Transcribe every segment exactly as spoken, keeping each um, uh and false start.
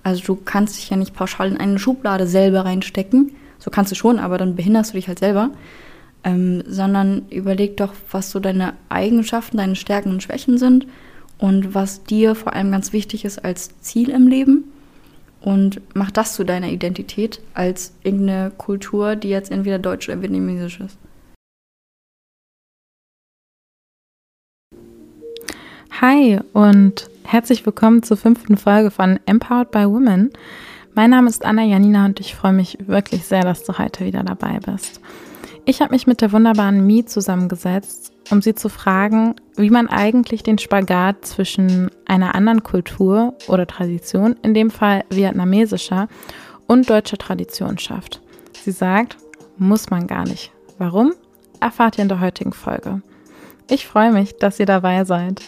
Also du kannst dich ja nicht pauschal in eine Schublade selber reinstecken. So kannst du schon, aber dann behinderst du dich halt selber. Ähm, sondern überleg doch, was so deine Eigenschaften, deine Stärken und Schwächen sind und was dir vor allem ganz wichtig ist als Ziel im Leben. Und mach das zu deiner Identität als irgendeine Kultur, die jetzt entweder deutsch oder vietnamesisch ist. Hi und herzlich willkommen zur fünften Folge von Empowered by Women. Mein Name ist Anna Janina und ich freue mich wirklich sehr, dass du heute wieder dabei bist. Ich habe mich mit der wunderbaren Mi zusammengesetzt, um sie zu fragen, wie man eigentlich den Spagat zwischen einer anderen Kultur oder Tradition, in dem Fall vietnamesischer, und deutscher Tradition schafft. Sie sagt, muss man gar nicht. Warum? Erfahrt ihr in der heutigen Folge. Ich freue mich, dass ihr dabei seid.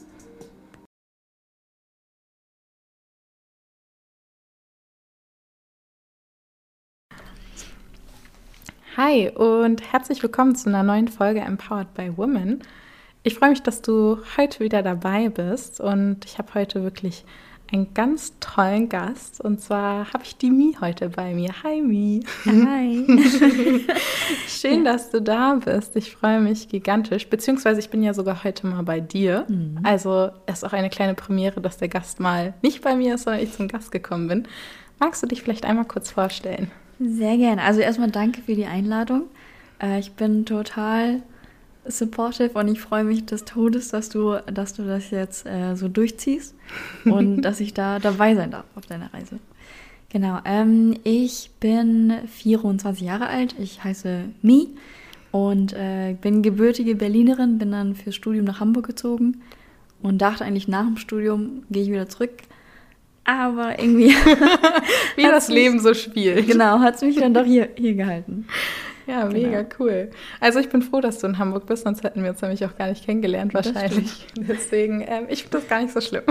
Hi und herzlich willkommen zu einer neuen Folge Empowered by Women. Ich freue mich, dass du heute wieder dabei bist und ich habe heute wirklich einen ganz tollen Gast und zwar habe ich die Mi heute bei mir. Hi Mi. Hi. Schön, dass du da bist. Ich freue mich gigantisch, beziehungsweise ich bin ja sogar heute mal bei dir. Mhm. Also es ist auch eine kleine Premiere, dass der Gast mal nicht bei mir ist, sondern ich zum Gast gekommen bin. Magst du dich vielleicht einmal kurz vorstellen? Sehr gerne. Also erstmal danke für die Einladung. Äh, ich bin total supportive und ich freue mich des Todes, dass du, dass du das jetzt äh, so durchziehst und dass ich da dabei sein darf auf deiner Reise. Genau. Ähm, ich bin vierundzwanzig Jahre alt. Ich heiße Mi und äh, bin gebürtige Berlinerin, bin dann fürs Studium nach Hamburg gezogen und dachte eigentlich nach dem Studium gehe ich wieder zurück. Aber irgendwie wie das mich, Leben so spielt. Genau, hat es mich dann doch hier, hier gehalten. Ja, mega genau. Cool. Also ich bin froh, dass du in Hamburg bist, sonst hätten wir uns nämlich auch gar nicht kennengelernt wahrscheinlich. Deswegen, ähm, ich finde das gar nicht so schlimm.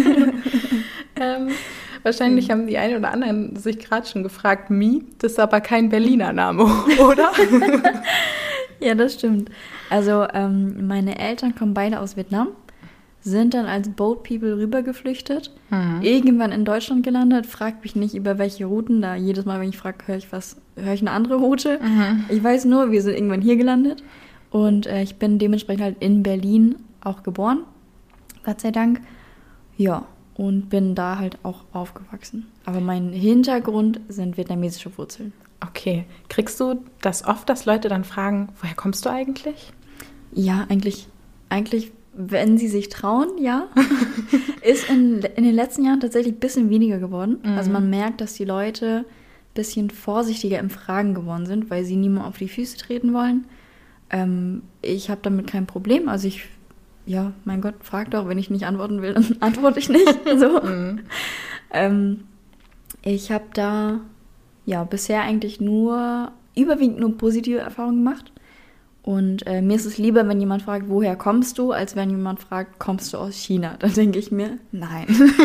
ähm, wahrscheinlich mhm. haben die einen oder anderen sich gerade schon gefragt, Mi, das ist aber kein Berliner Name, oder? Ja, das stimmt. Also ähm, meine Eltern kommen beide aus Vietnam. Sind dann als Boat People rübergeflüchtet, mhm. irgendwann in Deutschland gelandet, fragt mich nicht über welche Routen, da jedes Mal, wenn ich frage, höre ich was, höre ich eine andere Route. Mhm. Ich weiß nur, wir sind irgendwann hier gelandet und äh, ich bin dementsprechend halt in Berlin auch geboren, Gott sei Dank. Ja, und bin da halt auch aufgewachsen. Aber mein Hintergrund sind vietnamesische Wurzeln. Okay, kriegst du das oft, dass Leute dann fragen, woher kommst du eigentlich? Ja, eigentlich, eigentlich wenn sie sich trauen, ja. Ist in, in den letzten Jahren tatsächlich ein bisschen weniger geworden. Mhm. Also man merkt, dass die Leute ein bisschen vorsichtiger im Fragen geworden sind, weil sie niemand auf die Füße treten wollen. Ähm, ich habe damit kein Problem. Also ich, ja, mein Gott, frag doch, wenn ich nicht antworten will, dann antworte ich nicht. So. Mhm. Ähm, ich habe da, ja, bisher eigentlich nur, überwiegend nur positive Erfahrungen gemacht. Und äh, mir ist es lieber, wenn jemand fragt, woher kommst du, als wenn jemand fragt, kommst du aus China? Dann denke ich mir, nein.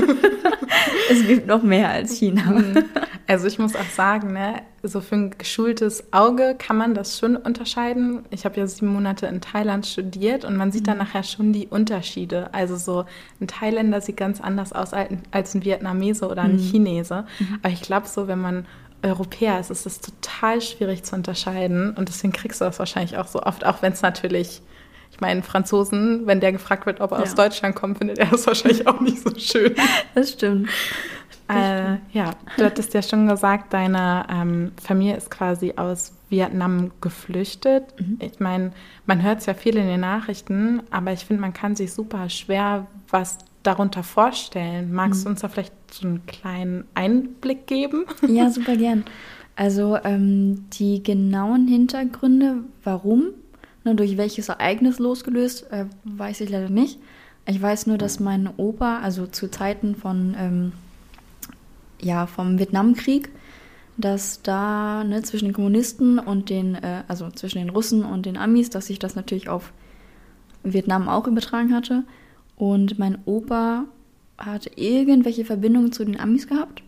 Es gibt noch mehr als China. Also ich muss auch sagen, ne, so für ein geschultes Auge kann man das schon unterscheiden. Ich habe ja sieben Monate in Thailand studiert und man sieht mhm. dann nachher schon die Unterschiede. Also so ein Thailänder sieht ganz anders aus als ein Vietnamese oder ein mhm. Chinese. Mhm. Aber ich glaube so, wenn man Europäer ist, ist es total schwierig zu unterscheiden und deswegen kriegst du das wahrscheinlich auch so oft, auch wenn es natürlich, ich meine, Franzosen, wenn der gefragt wird, ob er ja. aus Deutschland kommt, findet er das wahrscheinlich auch nicht so schön. Das stimmt. Das äh, stimmt. Ja, du hattest ja schon gesagt, deine ähm, Familie ist quasi aus Vietnam geflüchtet. Mhm. Ich meine, man hört es ja viel in den Nachrichten, aber ich finde, man kann sich super schwer was darunter vorstellen. Magst mhm. du uns da vielleicht so einen kleinen Einblick geben? Ja, super gern. Also ähm, die genauen Hintergründe, warum, ne, durch welches Ereignis losgelöst, äh, weiß ich leider nicht. Ich weiß nur, dass mein Opa, also zu Zeiten von, ähm, ja, vom Vietnamkrieg, dass da ne, zwischen den Kommunisten und den, äh, also zwischen den Russen und den Amis, dass sich das natürlich auf Vietnam auch übertragen hatte. Und mein Opa hatte irgendwelche Verbindungen zu den Amis gehabt.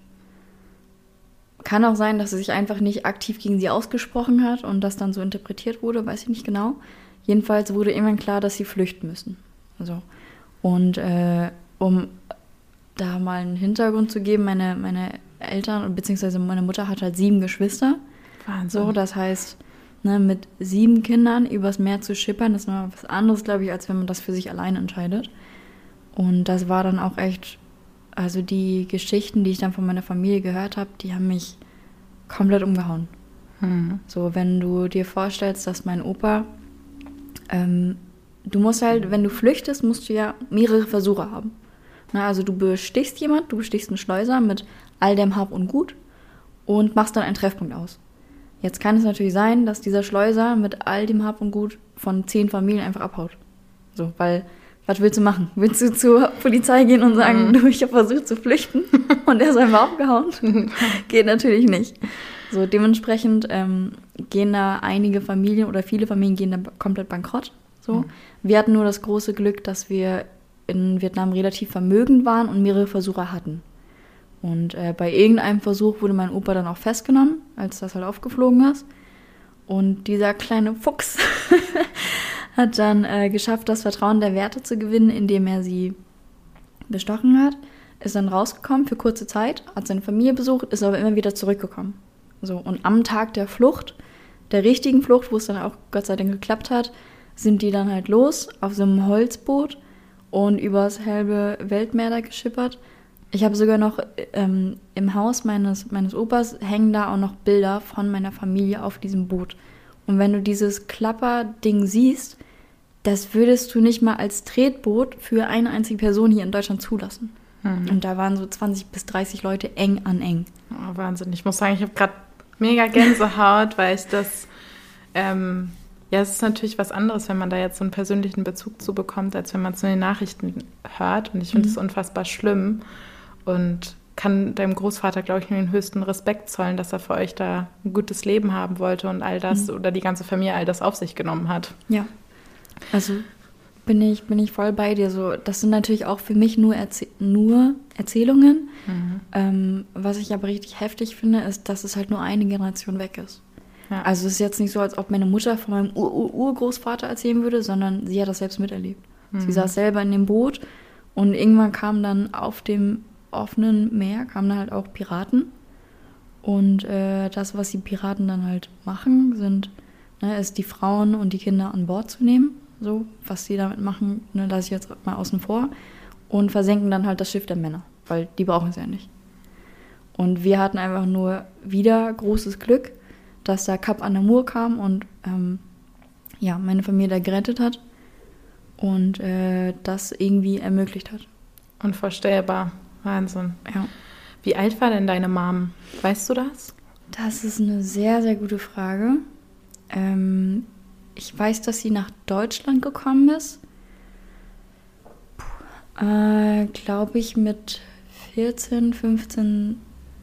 Kann auch sein, dass er sich einfach nicht aktiv gegen sie ausgesprochen hat und das dann so interpretiert wurde, weiß ich nicht genau. Jedenfalls wurde irgendwann klar, dass sie flüchten müssen. Also, und äh, um da mal einen Hintergrund zu geben, meine, meine Eltern, beziehungsweise meine Mutter hat halt sieben Geschwister. Wahnsinn. So, das heißt, ne, mit sieben Kindern übers Meer zu schippern, ist noch was anderes, glaube ich, als wenn man das für sich alleine entscheidet. Und das war dann auch echt, also die Geschichten, die ich dann von meiner Familie gehört habe, die haben mich komplett umgehauen. Hm. So, wenn du dir vorstellst, dass mein Opa, ähm, du musst halt, wenn du flüchtest, musst du ja mehrere Versuche haben. Na, also du bestichst jemand, du bestichst einen Schleuser mit all dem Hab und Gut und machst dann einen Treffpunkt aus. Jetzt kann es natürlich sein, dass dieser Schleuser mit all dem Hab und Gut von zehn Familien einfach abhaut. So, weil, was willst du machen? Willst du zur Polizei gehen und sagen, mhm. du, ich habe versucht zu flüchten und er ist einfach abgehauen? Geht natürlich nicht. So, dementsprechend ähm, gehen da einige Familien oder viele Familien gehen da komplett bankrott. So. Mhm. Wir hatten nur das große Glück, dass wir in Vietnam relativ vermögend waren und mehrere Versuche hatten. Und äh, bei irgendeinem Versuch wurde mein Opa dann auch festgenommen, als das halt aufgeflogen ist. Und dieser kleine Fuchs hat dann äh, geschafft, das Vertrauen der Wärter zu gewinnen, indem er sie bestochen hat. Ist dann rausgekommen für kurze Zeit, hat seine Familie besucht, ist aber immer wieder zurückgekommen. So, und am Tag der Flucht, der richtigen Flucht, wo es dann auch Gott sei Dank geklappt hat, sind die dann halt los auf so einem Holzboot und übers halbe Weltmeer da geschippert. Ich habe sogar noch ähm, im Haus meines, meines Opas hängen da auch noch Bilder von meiner Familie auf diesem Boot. Und wenn du dieses Klapperding siehst, das würdest du nicht mal als Tretboot für eine einzige Person hier in Deutschland zulassen. Mhm. Und da waren so zwanzig bis dreißig Leute eng an eng. Oh, Wahnsinn. Ich muss sagen, ich habe gerade mega Gänsehaut, weil ich das... Ähm Ja, es ist natürlich was anderes, wenn man da jetzt so einen persönlichen Bezug zu bekommt, als wenn man es in den Nachrichten hört. Und ich finde es mhm. unfassbar schlimm und kann deinem Großvater, glaube ich, nur den höchsten Respekt zollen, dass er für euch da ein gutes Leben haben wollte und all das mhm. oder die ganze Familie all das auf sich genommen hat. Ja, also bin ich, bin ich voll bei dir. So, das sind natürlich auch für mich nur, Erzie- nur Erzählungen. Mhm. Ähm, was ich aber richtig heftig finde, ist, dass es halt nur eine Generation weg ist. Ja. Also es ist jetzt nicht so, als ob meine Mutter von meinem Ur-Ur-Urgroßvater erzählen würde, sondern sie hat das selbst miterlebt. Mhm. Sie saß selber in dem Boot und irgendwann kamen dann auf dem offenen Meer, kamen dann halt auch Piraten. Und äh, das, was die Piraten dann halt machen, sind, ne, ist die Frauen und die Kinder an Bord zu nehmen. So, was sie damit machen, ne, lasse ich jetzt mal außen vor. Und versenken dann halt das Schiff der Männer, weil die brauchen es ja nicht. Und wir hatten einfach nur wieder großes Glück, dass da Cap Anamur kam und ähm, ja, meine Familie da gerettet hat und äh, das irgendwie ermöglicht hat. Unvorstellbar. Wahnsinn. Ja. Wie alt war denn deine Mom? Weißt du das? Das ist eine sehr, sehr gute Frage. Ähm, ich weiß, dass sie nach Deutschland gekommen ist. Äh, glaube ich mit vierzehn, fünfzehn,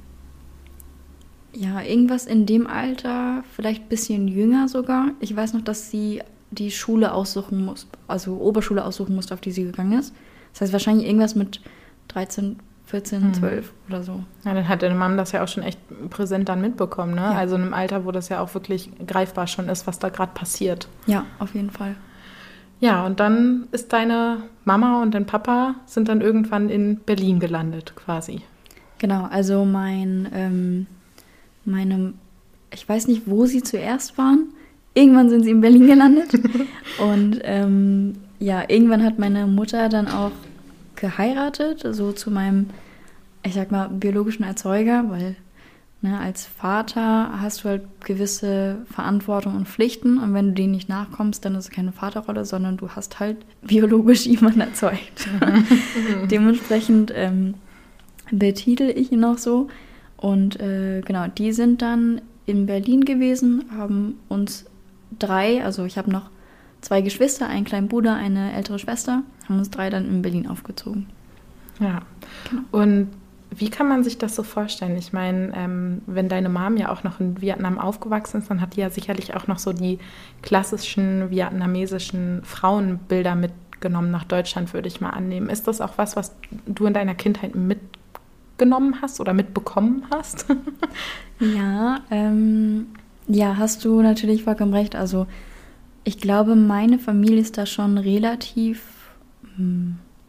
ja, irgendwas in dem Alter, vielleicht ein bisschen jünger sogar. Ich weiß noch, dass sie die Schule aussuchen musste, also Oberschule aussuchen musste, auf die sie gegangen ist. Das heißt wahrscheinlich irgendwas mit dreizehn, vierzehn, zwölf mhm. oder so. Ja, dann hat deine Mom das ja auch schon echt präsent dann mitbekommen, ne? Ja. Also in einem Alter, wo das ja auch wirklich greifbar schon ist, was da gerade passiert. Ja, auf jeden Fall. Ja, und dann ist deine Mama und dein Papa sind dann irgendwann in Berlin gelandet, quasi. Genau, also mein... Ähm, Meine, ich weiß nicht, wo sie zuerst waren. Irgendwann sind sie in Berlin gelandet. Und ähm, ja, irgendwann hat meine Mutter dann auch geheiratet, so zu meinem, ich sag mal, biologischen Erzeuger, weil ne, als Vater hast du halt gewisse Verantwortung und Pflichten und wenn du denen nicht nachkommst, dann ist es keine Vaterrolle, sondern du hast halt biologisch jemanden erzeugt. Dementsprechend ähm, betitel ich ihn auch so. Und äh, genau, die sind dann in Berlin gewesen, haben uns drei, also ich habe noch zwei Geschwister, einen kleinen Bruder, eine ältere Schwester, haben uns drei dann in Berlin aufgezogen. Ja, genau. Und wie kann man sich das so vorstellen? Ich meine, ähm, wenn deine Mom ja auch noch in Vietnam aufgewachsen ist, dann hat die ja sicherlich auch noch so die klassischen vietnamesischen Frauenbilder mitgenommen nach Deutschland, würde ich mal annehmen. Ist das auch was, was du in deiner Kindheit mitgenommen hast oder mitbekommen hast? Ja, ähm, ja, hast du natürlich vollkommen recht. Also ich glaube, meine Familie ist da schon relativ, mh,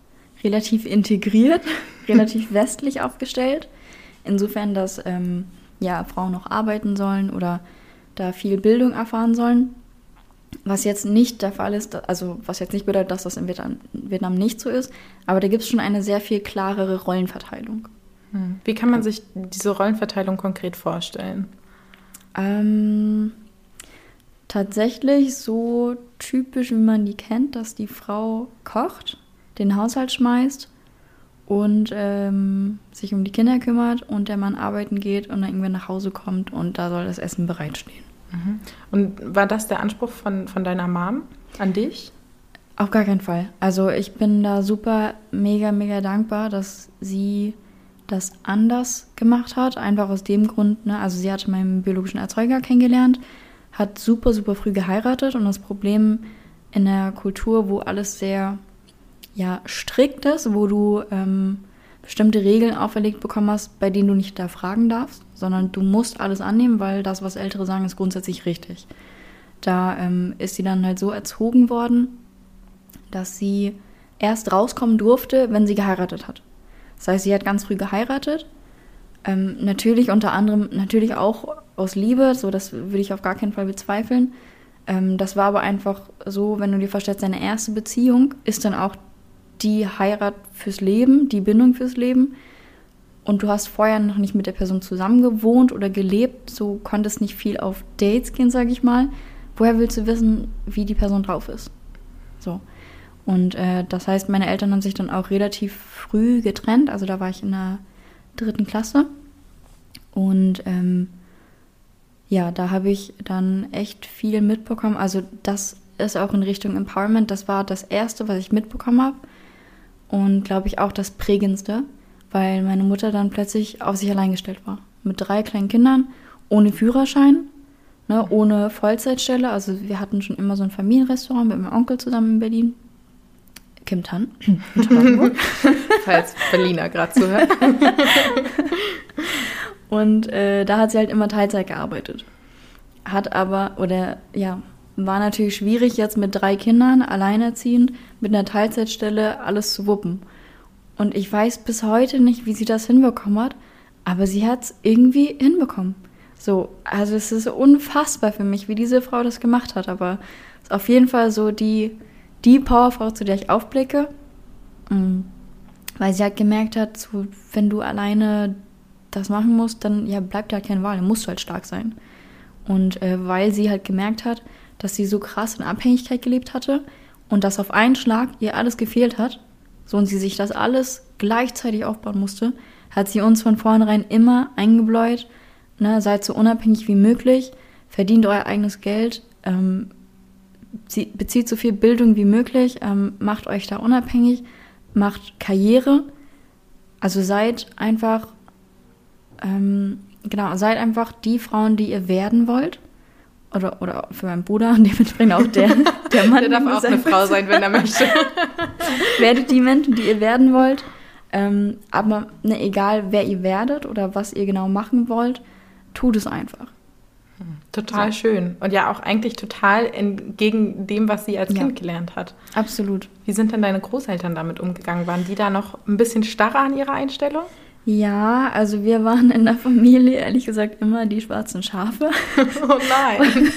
relativ integriert, relativ westlich aufgestellt. Insofern, dass ähm, ja, Frauen noch arbeiten sollen oder da viel Bildung erfahren sollen. Was jetzt nicht der Fall ist, also was jetzt nicht bedeutet, dass das in Vietnam, Vietnam nicht so ist, aber da gibt es schon eine sehr viel klarere Rollenverteilung. Hm. Wie kann man sich diese Rollenverteilung konkret vorstellen? Ähm, tatsächlich so typisch, wie man die kennt, dass die Frau kocht, den Haushalt schmeißt und ähm, sich um die Kinder kümmert und der Mann arbeiten geht und dann irgendwann nach Hause kommt und da soll das Essen bereitstehen. Mhm. Und war das der Anspruch von, von deiner Mom an dich? Auf gar keinen Fall. Also ich bin da super, mega, mega dankbar, dass sie das anders gemacht hat. Einfach aus dem Grund, ne, also sie hatte meinen biologischen Erzeuger kennengelernt, hat super, super früh geheiratet und das Problem in der Kultur, wo alles sehr ja, strikt ist, wo du ähm, bestimmte Regeln auferlegt bekommen hast, bei denen du nicht da fragen darfst, sondern du musst alles annehmen, weil das, was Ältere sagen, ist grundsätzlich richtig. Da ähm, ist sie dann halt so erzogen worden, dass sie erst rauskommen durfte, wenn sie geheiratet hat. Das heißt, sie hat ganz früh geheiratet. Ähm, natürlich unter anderem, natürlich auch aus Liebe, so das würde ich auf gar keinen Fall bezweifeln. Ähm, das war aber einfach so, wenn du dir vorstellst, deine erste Beziehung ist dann auch die Heirat fürs Leben, die Bindung fürs Leben. Und du hast vorher noch nicht mit der Person zusammen gewohnt oder gelebt, so konntest nicht viel auf Dates gehen, sage ich mal. Woher willst du wissen, wie die Person drauf ist? So. Und äh, das heißt, meine Eltern haben sich dann auch relativ früh getrennt. Also da war ich in der dritten Klasse. Und ähm, ja, da habe ich dann echt viel mitbekommen. Also das ist auch in Richtung Empowerment. Das war das Erste, was ich mitbekommen habe. Und glaube ich auch das Prägendste, weil meine Mutter dann plötzlich auf sich allein gestellt war. Mit drei kleinen Kindern, ohne Führerschein, ne, ohne Vollzeitstelle. Also wir hatten schon immer so ein Familienrestaurant mit meinem Onkel zusammen in Berlin. Kim Tan. Falls Berliner gerade zuhört. Und äh, da hat sie halt immer Teilzeit gearbeitet. Hat aber, oder ja, war natürlich schwierig, jetzt mit drei Kindern, alleinerziehend, mit einer Teilzeitstelle alles zu wuppen. Und ich weiß bis heute nicht, wie sie das hinbekommen hat, aber sie hat es irgendwie hinbekommen. So, also es ist unfassbar für mich, wie diese Frau das gemacht hat, aber es ist auf jeden Fall so die, die Powerfrau, zu der ich aufblicke, weil sie halt gemerkt hat, so, wenn du alleine das machen musst, dann ja, bleibt halt keine Wahl, dann musst du halt stark sein. Und äh, weil sie halt gemerkt hat, dass sie so krass in Abhängigkeit gelebt hatte und dass auf einen Schlag ihr alles gefehlt hat, so und sie sich das alles gleichzeitig aufbauen musste, hat sie uns von vornherein immer eingebläut, ne, seid so unabhängig wie möglich, verdient euer eigenes Geld, ähm, bezieht so viel Bildung wie möglich, ähm, macht euch da unabhängig, macht Karriere, also seid einfach, ähm, genau, seid einfach die Frauen, die ihr werden wollt. Oder, oder für meinen Bruder, dementsprechend auch der, der Mann. Der darf auch eine Frau sein, wenn er möchte. Werdet die Menschen, die ihr werden wollt. Ähm, aber ne, egal, wer ihr werdet oder was ihr genau machen wollt, tut es einfach. Total so. Schön. Und ja auch eigentlich total entgegen dem, was sie als ja. Kind gelernt hat. Absolut. Wie sind denn deine Großeltern damit umgegangen? Waren die da noch ein bisschen starrer an ihrer Einstellung? Ja, also wir waren in der Familie, ehrlich gesagt, immer die schwarzen Schafe. Oh nein.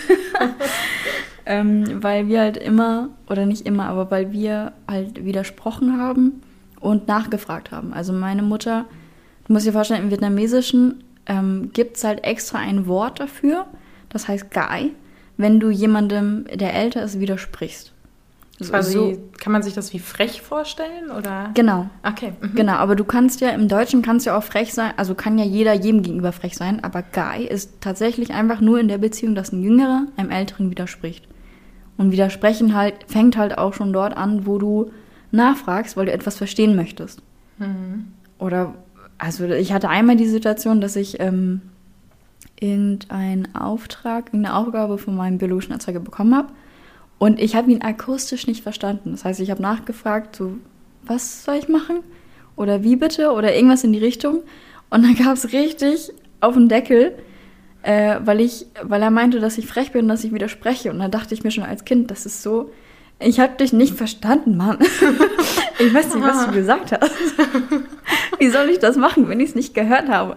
ähm, weil wir halt immer, oder nicht immer, aber weil wir halt widersprochen haben und nachgefragt haben. Also meine Mutter, du musst dir vorstellen, im Vietnamesischen ähm, gibt es halt extra ein Wort dafür, das heißt Gai, wenn du jemandem, der älter ist, widersprichst. Quasi, so, kann man sich das wie frech vorstellen, oder? Genau. Okay. Mhm. Genau, aber du kannst ja, im Deutschen kannst du ja auch frech sein, also kann ja jeder jedem gegenüber frech sein, aber Gai ist tatsächlich einfach nur in der Beziehung, dass ein Jüngerer einem Älteren widerspricht. Und widersprechen halt, fängt halt auch schon dort an, wo du nachfragst, weil du etwas verstehen möchtest. Mhm. Oder, also ich hatte einmal die Situation, dass ich ähm, irgendeinen Auftrag, irgendeine Aufgabe von meinem biologischen Erzeuger bekommen habe. Und ich habe ihn akustisch nicht verstanden. Das heißt, ich habe nachgefragt, so, was soll ich machen? Oder wie bitte? Oder irgendwas in die Richtung. Und dann gab es richtig auf den Deckel, äh, weil, ich, weil er meinte, dass ich frech bin und dass ich widerspreche. Und dann dachte ich mir schon als Kind, das ist so, ich habe dich nicht verstanden, Mann. Ich weiß nicht, was du gesagt hast. Wie soll ich das machen, wenn ich es nicht gehört habe?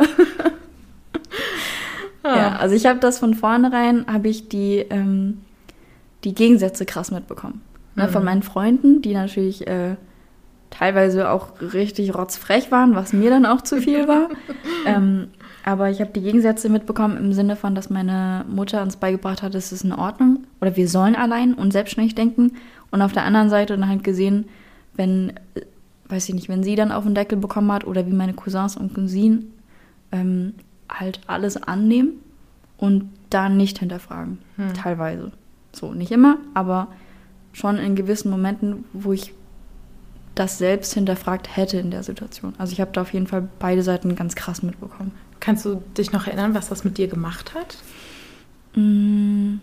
Ja, ja also ich habe das von vornherein, habe ich die, ähm, die Gegensätze krass mitbekommen. Ne, mhm. Von meinen Freunden, die natürlich äh, teilweise auch richtig rotzfrech waren, was mir dann auch zu viel war. ähm, aber ich habe die Gegensätze mitbekommen im Sinne von, dass meine Mutter uns beigebracht hat, es ist in Ordnung oder wir sollen allein und selbstständig denken. Und auf der anderen Seite dann halt gesehen, wenn, weiß ich nicht, wenn sie dann auf den Deckel bekommen hat oder wie meine Cousins und Cousinen ähm, halt alles annehmen und da nicht hinterfragen, hm. teilweise. So, nicht immer, aber schon in gewissen Momenten, wo ich das selbst hinterfragt hätte in der Situation. Also ich habe da auf jeden Fall beide Seiten ganz krass mitbekommen. Kannst du dich noch erinnern, was das mit dir gemacht hat? Mm,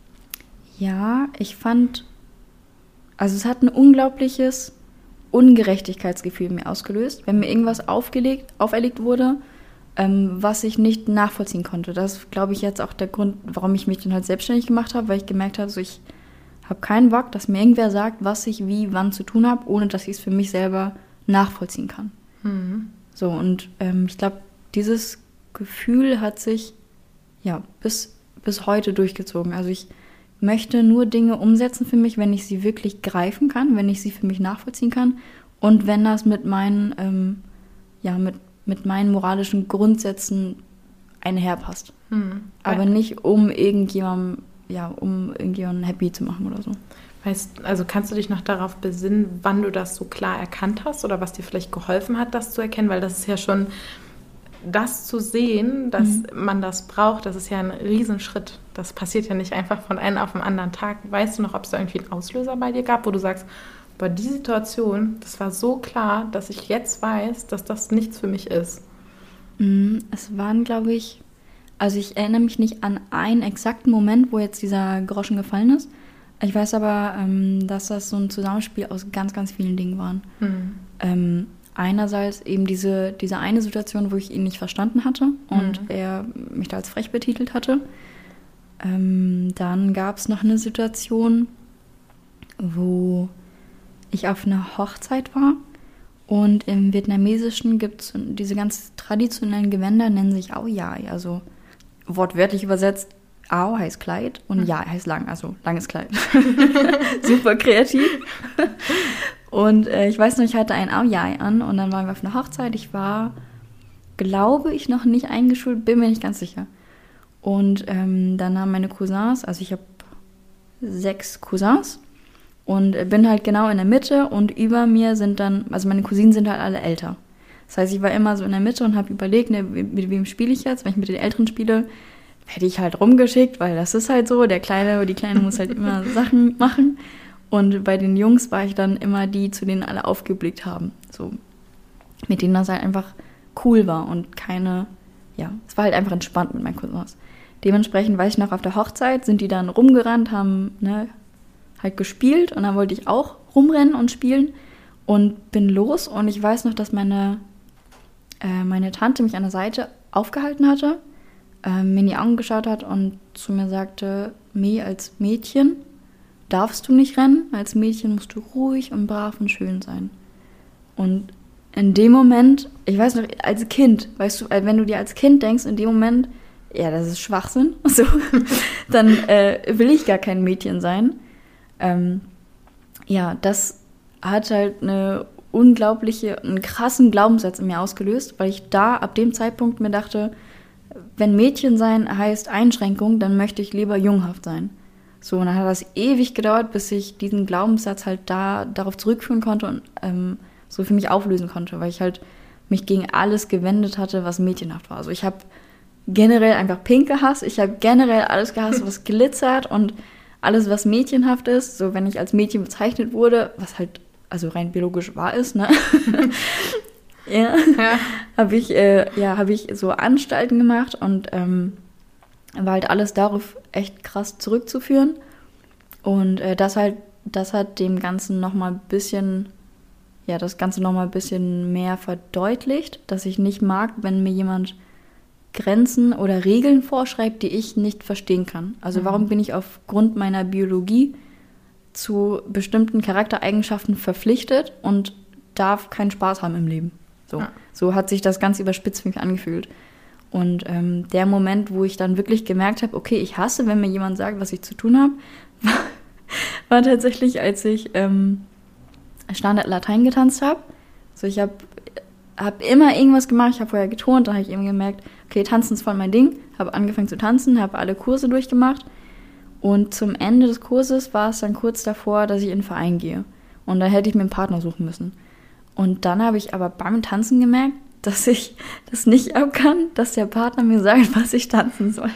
ja, ich fand, also es hat ein unglaubliches Ungerechtigkeitsgefühl in mir ausgelöst, wenn mir irgendwas aufgelegt, auferlegt wurde, ähm, was ich nicht nachvollziehen konnte. Das ist, glaube ich, jetzt auch der Grund, warum ich mich dann halt selbstständig gemacht habe, weil ich gemerkt habe, so ich habe keinen Bock, dass mir irgendwer sagt, was ich wie, wann zu tun habe, ohne dass ich es für mich selber nachvollziehen kann. Mhm. So, und ähm, ich glaube, dieses Gefühl hat sich ja bis, bis heute durchgezogen. Also ich möchte nur Dinge umsetzen für mich, wenn ich sie wirklich greifen kann, wenn ich sie für mich nachvollziehen kann und wenn das mit meinen, ähm, ja, mit, mit meinen moralischen Grundsätzen einherpasst. Mhm. Aber nicht um irgendjemandem ja, um irgendjemanden happy zu machen oder so. Weißt, also kannst du dich noch darauf besinnen, wann du das so klar erkannt hast oder was dir vielleicht geholfen hat, das zu erkennen? Weil das ist ja schon, das zu sehen, dass mhm. man das braucht, das ist ja ein Riesenschritt. Das passiert ja nicht einfach von einem auf den anderen Tag. Weißt du noch, ob es da irgendwie einen Auslöser bei dir gab, wo du sagst, boah, die Situation, das war so klar, dass ich jetzt weiß, dass das nichts für mich ist? Mhm. Es waren, glaube ich, Also ich erinnere mich nicht an einen exakten Moment, wo jetzt dieser Groschen gefallen ist. Ich weiß aber, ähm, dass das so ein Zusammenspiel aus ganz, ganz vielen Dingen waren. Mhm. Ähm, einerseits eben diese, diese eine Situation, wo ich ihn nicht verstanden hatte und mhm. er mich da als frech betitelt hatte. Ähm, dann gab es noch eine Situation, wo ich auf einer Hochzeit war. Und im Vietnamesischen gibt es diese ganz traditionellen Gewänder, nennen sich Ao Dai, also wortwörtlich übersetzt, Ao heißt Kleid und mhm. Ja heißt lang, also langes Kleid. Super kreativ. Und äh, ich weiß noch, ich hatte ein Ao Dai an und dann waren wir auf einer Hochzeit. Ich war, glaube ich, noch nicht eingeschult, bin mir nicht ganz sicher. Und ähm, dann haben meine Cousins, also ich habe sechs Cousins und bin halt genau in der Mitte und über mir sind dann, also meine Cousinen sind halt alle älter. Das heißt, ich war immer so in der Mitte und habe überlegt, ne, mit wem spiele ich jetzt? Wenn ich mit den Älteren spiele, werde ich halt rumgeschickt, weil das ist halt so, der Kleine oder die Kleine muss halt immer Sachen machen. Und bei den Jungs war ich dann immer die, zu denen alle aufgeblickt haben. So, mit denen das halt einfach cool war und keine, ja, es war halt einfach entspannt mit meinen Cousins. Dementsprechend weiß ich noch, auf der Hochzeit sind die dann rumgerannt, haben ne, halt gespielt und dann wollte ich auch rumrennen und spielen und bin los und ich weiß noch, dass meine äh, meine Tante mich an der Seite aufgehalten hatte, äh, mir in die Augen geschaut hat und zu mir sagte, Me, als Mädchen darfst du nicht rennen, als Mädchen musst du ruhig und brav und schön sein. Und in dem Moment, ich weiß noch, als Kind, weißt du, wenn du dir als Kind denkst, in dem Moment, ja, das ist Schwachsinn, so, dann äh, will ich gar kein Mädchen sein. Ähm, ja, das hat halt eine unglaubliche, einen krassen Glaubenssatz in mir ausgelöst, weil ich da ab dem Zeitpunkt mir dachte, wenn Mädchen sein heißt Einschränkung, dann möchte ich lieber junghaft sein. So, und dann hat das ewig gedauert, bis ich diesen Glaubenssatz halt da darauf zurückführen konnte und ähm, so für mich auflösen konnte, weil ich halt mich gegen alles gewendet hatte, was mädchenhaft war. Also ich habe generell einfach Pink gehasst, ich habe generell alles gehasst, was glitzert und alles, was mädchenhaft ist. So, wenn ich als Mädchen bezeichnet wurde, was halt also rein biologisch wahr ist, ne? ja, ja. habe ich, äh, ja, hab ich so Anstalten gemacht und ähm, war halt alles darauf echt krass zurückzuführen. Und äh, das halt, das hat dem Ganzen nochmal ein bisschen, ja, das Ganze nochmal ein bisschen mehr verdeutlicht, dass ich nicht mag, wenn mir jemand Grenzen oder Regeln vorschreibt, die ich nicht verstehen kann. Also mhm. warum bin ich aufgrund meiner Biologie zu bestimmten Charaktereigenschaften verpflichtet und darf keinen Spaß haben im Leben. So, ja. so hat sich das ganz überspitzt für mich angefühlt. Und ähm, der Moment, wo ich dann wirklich gemerkt habe, okay, ich hasse, wenn mir jemand sagt, was ich zu tun habe, war, war tatsächlich, als ich ähm, Standard Latein getanzt habe. So, ich habe hab immer irgendwas gemacht, ich habe vorher geturnt, dann habe ich eben gemerkt, okay, tanzen ist voll mein Ding, habe angefangen zu tanzen, habe alle Kurse durchgemacht und zum Ende des Kurses war es dann kurz davor, dass ich in einen Verein gehe und da hätte ich mir einen Partner suchen müssen. Und dann habe ich aber beim Tanzen gemerkt, dass ich das nicht ab kann, dass der Partner mir sagt, was ich tanzen soll.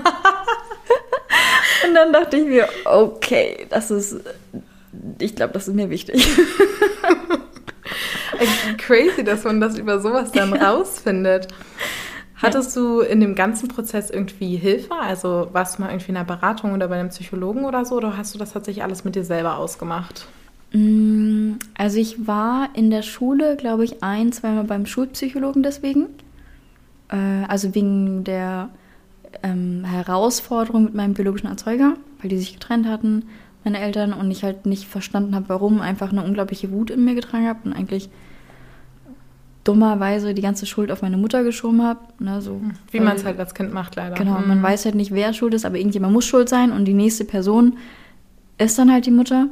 Und dann dachte ich mir, okay, das ist, ich glaube, das ist mir wichtig. Crazy, dass man das über sowas dann ja. rausfindet. Hattest ja. du in dem ganzen Prozess irgendwie Hilfe? Also warst du mal irgendwie in einer Beratung oder bei einem Psychologen oder so? Oder hast du das tatsächlich alles mit dir selber ausgemacht? Also ich war in der Schule, glaube ich, ein-, zweimal beim Schulpsychologen deswegen. Also wegen der ähm, Herausforderung mit meinem biologischen Erzeuger, weil die sich getrennt hatten, meine Eltern, und ich halt nicht verstanden habe, warum, einfach eine unglaubliche Wut in mir getragen habe und eigentlich dummerweise die ganze Schuld auf meine Mutter geschoben habe. Ne, so, Wie man es halt als Kind macht, leider. Genau, mhm. man weiß halt nicht, wer schuld ist, aber irgendjemand muss schuld sein und die nächste Person ist dann halt die Mutter.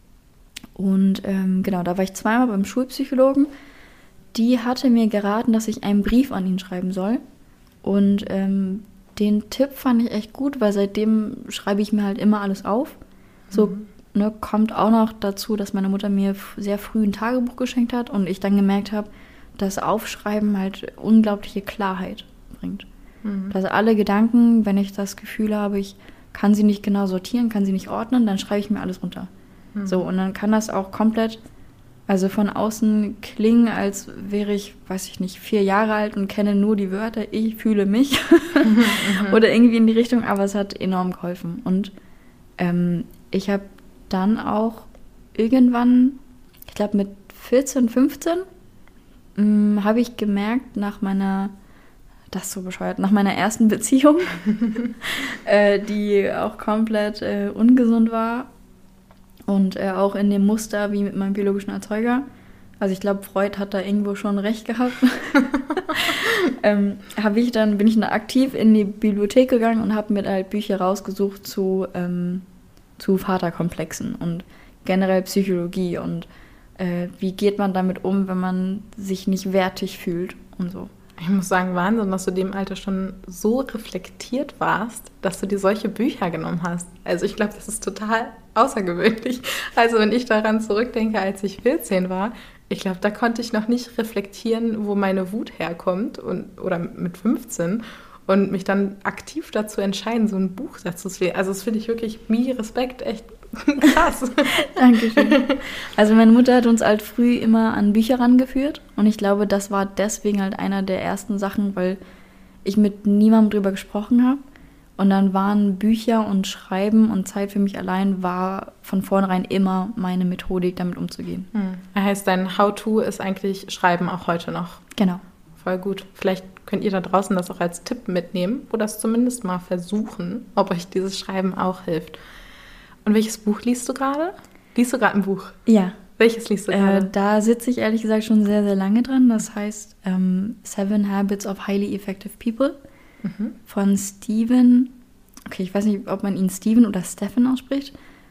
Und ähm, genau, da war ich zweimal beim Schulpsychologen. Die hatte mir geraten, dass ich einen Brief an ihn schreiben soll. Und ähm, den Tipp fand ich echt gut, weil seitdem schreibe ich mir halt immer alles auf. So mhm. ne, kommt auch noch dazu, dass meine Mutter mir f- sehr früh ein Tagebuch geschenkt hat und ich dann gemerkt habe, dass Aufschreiben halt unglaubliche Klarheit bringt. Mhm. Dass alle Gedanken, wenn ich das Gefühl habe, ich kann sie nicht genau sortieren, kann sie nicht ordnen, dann schreibe ich mir alles runter. Mhm. So, und dann kann das auch komplett, also von außen klingen, als wäre ich, weiß ich nicht, vier Jahre alt und kenne nur die Wörter, ich fühle mich mhm. oder irgendwie in die Richtung, aber es hat enorm geholfen. Und ähm, ich habe dann auch irgendwann, ich glaube mit vierzehn, fünfzehn, mh, habe ich gemerkt, nach meiner, das ist so bescheuert, nach meiner ersten Beziehung, äh, die auch komplett äh, ungesund war und äh, auch in dem Muster wie mit meinem biologischen Erzeuger. Also ich glaube, Freud hat da irgendwo schon recht gehabt. ähm, habe ich dann, bin ich dann aktiv in die Bibliothek gegangen und habe mir halt Bücher rausgesucht zu ähm, zu Vaterkomplexen und generell Psychologie und äh, wie geht man damit um, wenn man sich nicht wertig fühlt und so. Ich muss sagen, Wahnsinn, dass du in dem Alter schon so reflektiert warst, dass du dir solche Bücher genommen hast. Also ich glaube, das ist total außergewöhnlich. Also wenn ich daran zurückdenke, als ich vierzehn war, ich glaube, da konnte ich noch nicht reflektieren, wo meine Wut herkommt und, oder mit fünfzehn. Und mich dann aktiv dazu entscheiden, so ein Buch dazu zu lesen. Also das finde ich wirklich, mir Respekt, echt krass. Dankeschön. Also meine Mutter hat uns halt früh immer an Bücher rangeführt. Und ich glaube, das war deswegen halt einer der ersten Sachen, weil ich mit niemandem drüber gesprochen habe. Und dann waren Bücher und Schreiben und Zeit für mich allein war von vornherein immer meine Methodik, damit umzugehen. Hm. Das heißt, dein How-To ist eigentlich Schreiben auch heute noch. Genau. Voll gut. Vielleicht könnt ihr da draußen das auch als Tipp mitnehmen oder das zumindest mal versuchen, ob euch dieses Schreiben auch hilft. Und welches Buch liest du gerade? Liest du gerade ein Buch? Ja. Welches liest du gerade? Äh, da sitze ich ehrlich gesagt schon sehr, sehr lange dran. Das heißt ähm, Seven Habits of Highly Effective People mhm. von Stephen, okay, ich weiß nicht, ob man ihn Stephen oder Stephen ausspricht,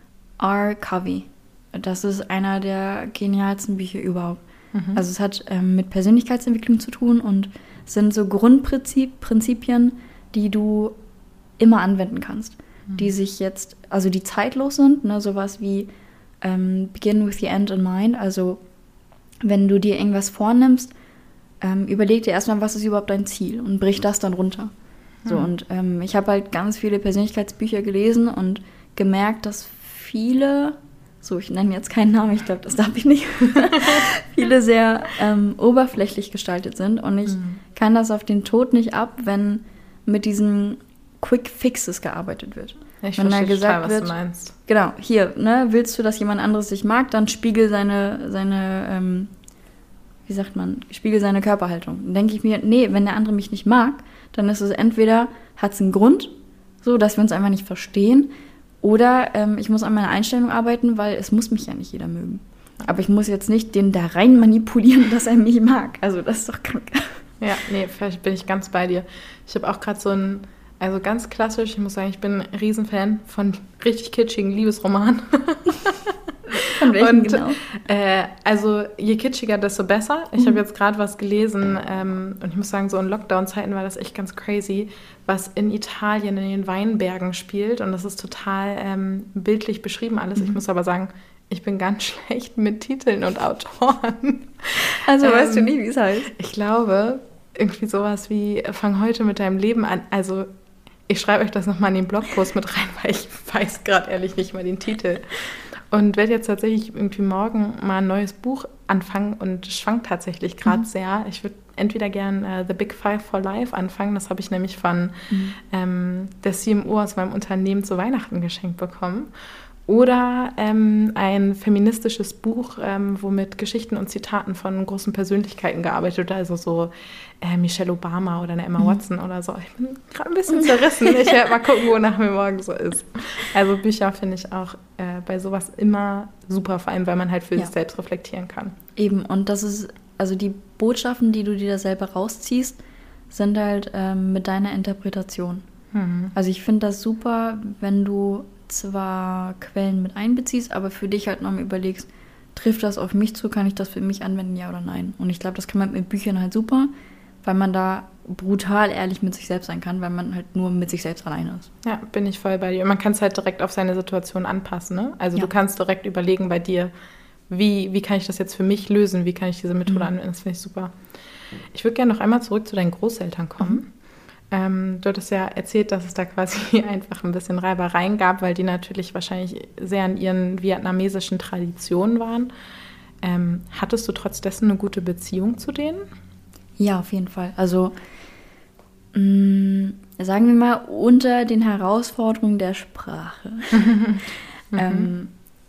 R. Covey. Das ist einer der genialsten Bücher überhaupt. Mhm. Also es hat ähm, mit Persönlichkeitsentwicklung zu tun und es sind so Grundprinzipien, die du immer anwenden kannst, mhm. die sich jetzt, also die zeitlos sind, ne, sowas wie ähm, begin with the end in mind, also wenn du dir irgendwas vornimmst, ähm, überleg dir erstmal, was ist überhaupt dein Ziel und brich das dann runter. Mhm. So, und ähm, ich habe halt ganz viele Persönlichkeitsbücher gelesen und gemerkt, dass viele, so ich nenne jetzt keinen Namen, ich glaube, das darf ich nicht, viele sehr ähm, oberflächlich gestaltet sind und ich mhm. kann das auf den Tod nicht ab, wenn mit diesen Quick Fixes gearbeitet wird. Ich wenn da verstehe gesagt total, was wird, du meinst. Genau, hier, ne, willst du, dass jemand anderes dich mag, dann spiegel seine, seine ähm, wie sagt man, spiegel seine Körperhaltung. Dann denke ich mir, nee, wenn der andere mich nicht mag, dann ist es entweder, hat es einen Grund, so, dass wir uns einfach nicht verstehen, oder ähm, ich muss an meiner Einstellung arbeiten, weil es muss mich ja nicht jeder mögen. Aber ich muss jetzt nicht den da rein manipulieren, dass er mich mag. Also das ist doch krank. Ja, nee, vielleicht bin ich ganz bei dir. Ich habe auch gerade so ein, also ganz klassisch, ich muss sagen, ich bin ein Riesenfan von richtig kitschigen Liebesromanen. Von welchen Und, genau? Äh, also je kitschiger, desto besser. Ich mhm. habe jetzt gerade was gelesen ähm, und ich muss sagen, so in Lockdown-Zeiten war das echt ganz crazy, was in Italien in den Weinbergen spielt und das ist total ähm, bildlich beschrieben alles. Mhm. Ich muss aber sagen, ich bin ganz schlecht mit Titeln und Autoren. Also ähm, weißt du nicht, wie es heißt? Ich glaube, irgendwie sowas wie Fang heute mit deinem Leben an. Also ich schreibe euch das nochmal in den Blogpost mit rein, weil ich weiß gerade ehrlich nicht mal den Titel. Und werde jetzt tatsächlich irgendwie morgen mal ein neues Buch anfangen und schwankt tatsächlich gerade mhm. sehr. Ich würde entweder gern uh, The Big Five for Life anfangen. Das habe ich nämlich von mhm. ähm, der C M O aus meinem Unternehmen zu Weihnachten geschenkt bekommen. Oder ähm, ein feministisches Buch, ähm, wo mit Geschichten und Zitaten von großen Persönlichkeiten gearbeitet wird, also so äh, Michelle Obama oder eine Emma mhm. Watson oder so. Ich bin gerade ein bisschen zerrissen. Ich werde mal gucken, wonach mir morgen so ist. Also Bücher finde ich auch äh, bei sowas immer super, vor allem, weil man halt für ja. sich selbst reflektieren kann. Eben, und das ist, also die Botschaften, die du dir da selber rausziehst, sind halt ähm, mit deiner Interpretation. Mhm. Also ich finde das super, wenn du zwar Quellen mit einbeziehst, aber für dich halt nochmal überlegst, trifft das auf mich zu, kann ich das für mich anwenden, ja oder nein? Und ich glaube, das kann man mit Büchern halt super, weil man da brutal ehrlich mit sich selbst sein kann, weil man halt nur mit sich selbst alleine ist. Ja, bin ich voll bei dir. Und man kann es halt direkt auf seine Situation anpassen, ne? Also ja. du kannst direkt überlegen bei dir, wie, wie kann ich das jetzt für mich lösen, wie kann ich diese Methode mhm. anwenden, das finde ich super. Ich würde gerne noch einmal zurück zu deinen Großeltern kommen. Mhm. Ähm, du hattest ja erzählt, dass es da quasi einfach ein bisschen Reibereien gab, weil die natürlich wahrscheinlich sehr in ihren vietnamesischen Traditionen waren. Ähm, hattest du trotz dessen eine gute Beziehung zu denen? Ja, auf jeden Fall. Also mh, sagen wir mal, unter den Herausforderungen der Sprache. mhm. ähm,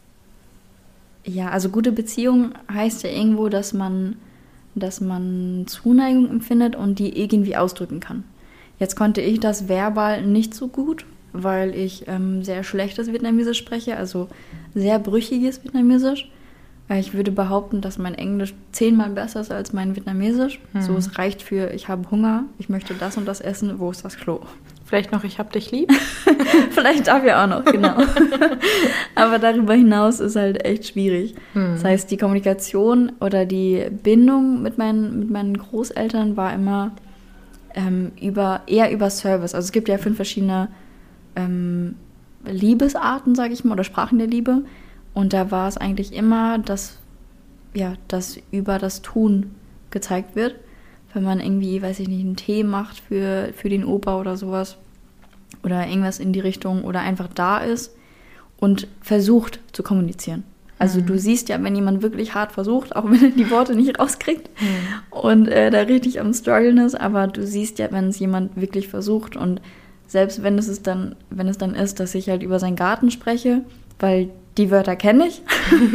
ja, also gute Beziehung heißt ja irgendwo, dass man, dass man Zuneigung empfindet und die irgendwie ausdrücken kann. Jetzt konnte ich das verbal nicht so gut, weil ich ähm, sehr schlechtes Vietnamesisch spreche, also sehr brüchiges Vietnamesisch. Ich würde behaupten, dass mein Englisch zehnmal besser ist als mein Vietnamesisch. Hm. So, es reicht für, ich habe Hunger, ich möchte das und das essen, wo ist das Klo? Vielleicht noch, ich hab dich lieb. Vielleicht dafür auch noch, genau. Aber darüber hinaus ist halt echt schwierig. Hm. Das heißt, die Kommunikation oder die Bindung mit meinen, mit meinen Großeltern war immer ähm, über, eher über Service. Also es gibt ja fünf verschiedene ähm, Liebesarten, sage ich mal, oder Sprachen der Liebe. Und da war es eigentlich immer, dass, ja, dass über das Tun gezeigt wird. Wenn man irgendwie, weiß ich nicht, einen Tee macht für, für den Opa oder sowas. Oder irgendwas in die Richtung. Oder einfach da ist und versucht zu kommunizieren. Also mhm. du siehst ja, wenn jemand wirklich hart versucht, auch wenn er die Worte nicht rauskriegt mhm. und äh, da richtig am Struggeln ist. Aber du siehst ja, wenn es jemand wirklich versucht. Und selbst wenn es, ist dann, wenn es dann ist, dass ich halt über seinen Garten spreche, weil die Wörter kenne ich.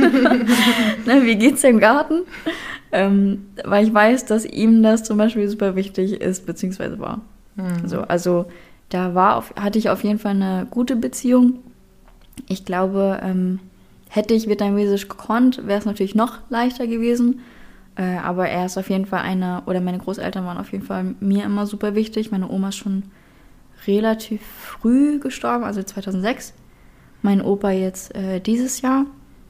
ne, wie geht's im Garten? Ähm, weil ich weiß, dass ihm das zum Beispiel super wichtig ist, beziehungsweise war. Mhm. So, also da war auf, hatte ich auf jeden Fall eine gute Beziehung. Ich glaube, ähm, hätte ich Vietnamesisch gekonnt, wäre es natürlich noch leichter gewesen. Äh, aber er ist auf jeden Fall einer, oder meine Großeltern waren auf jeden Fall mir immer super wichtig. Meine Oma ist schon relativ früh gestorben, also zweitausendsechs. Mein Opa jetzt äh, dieses Jahr.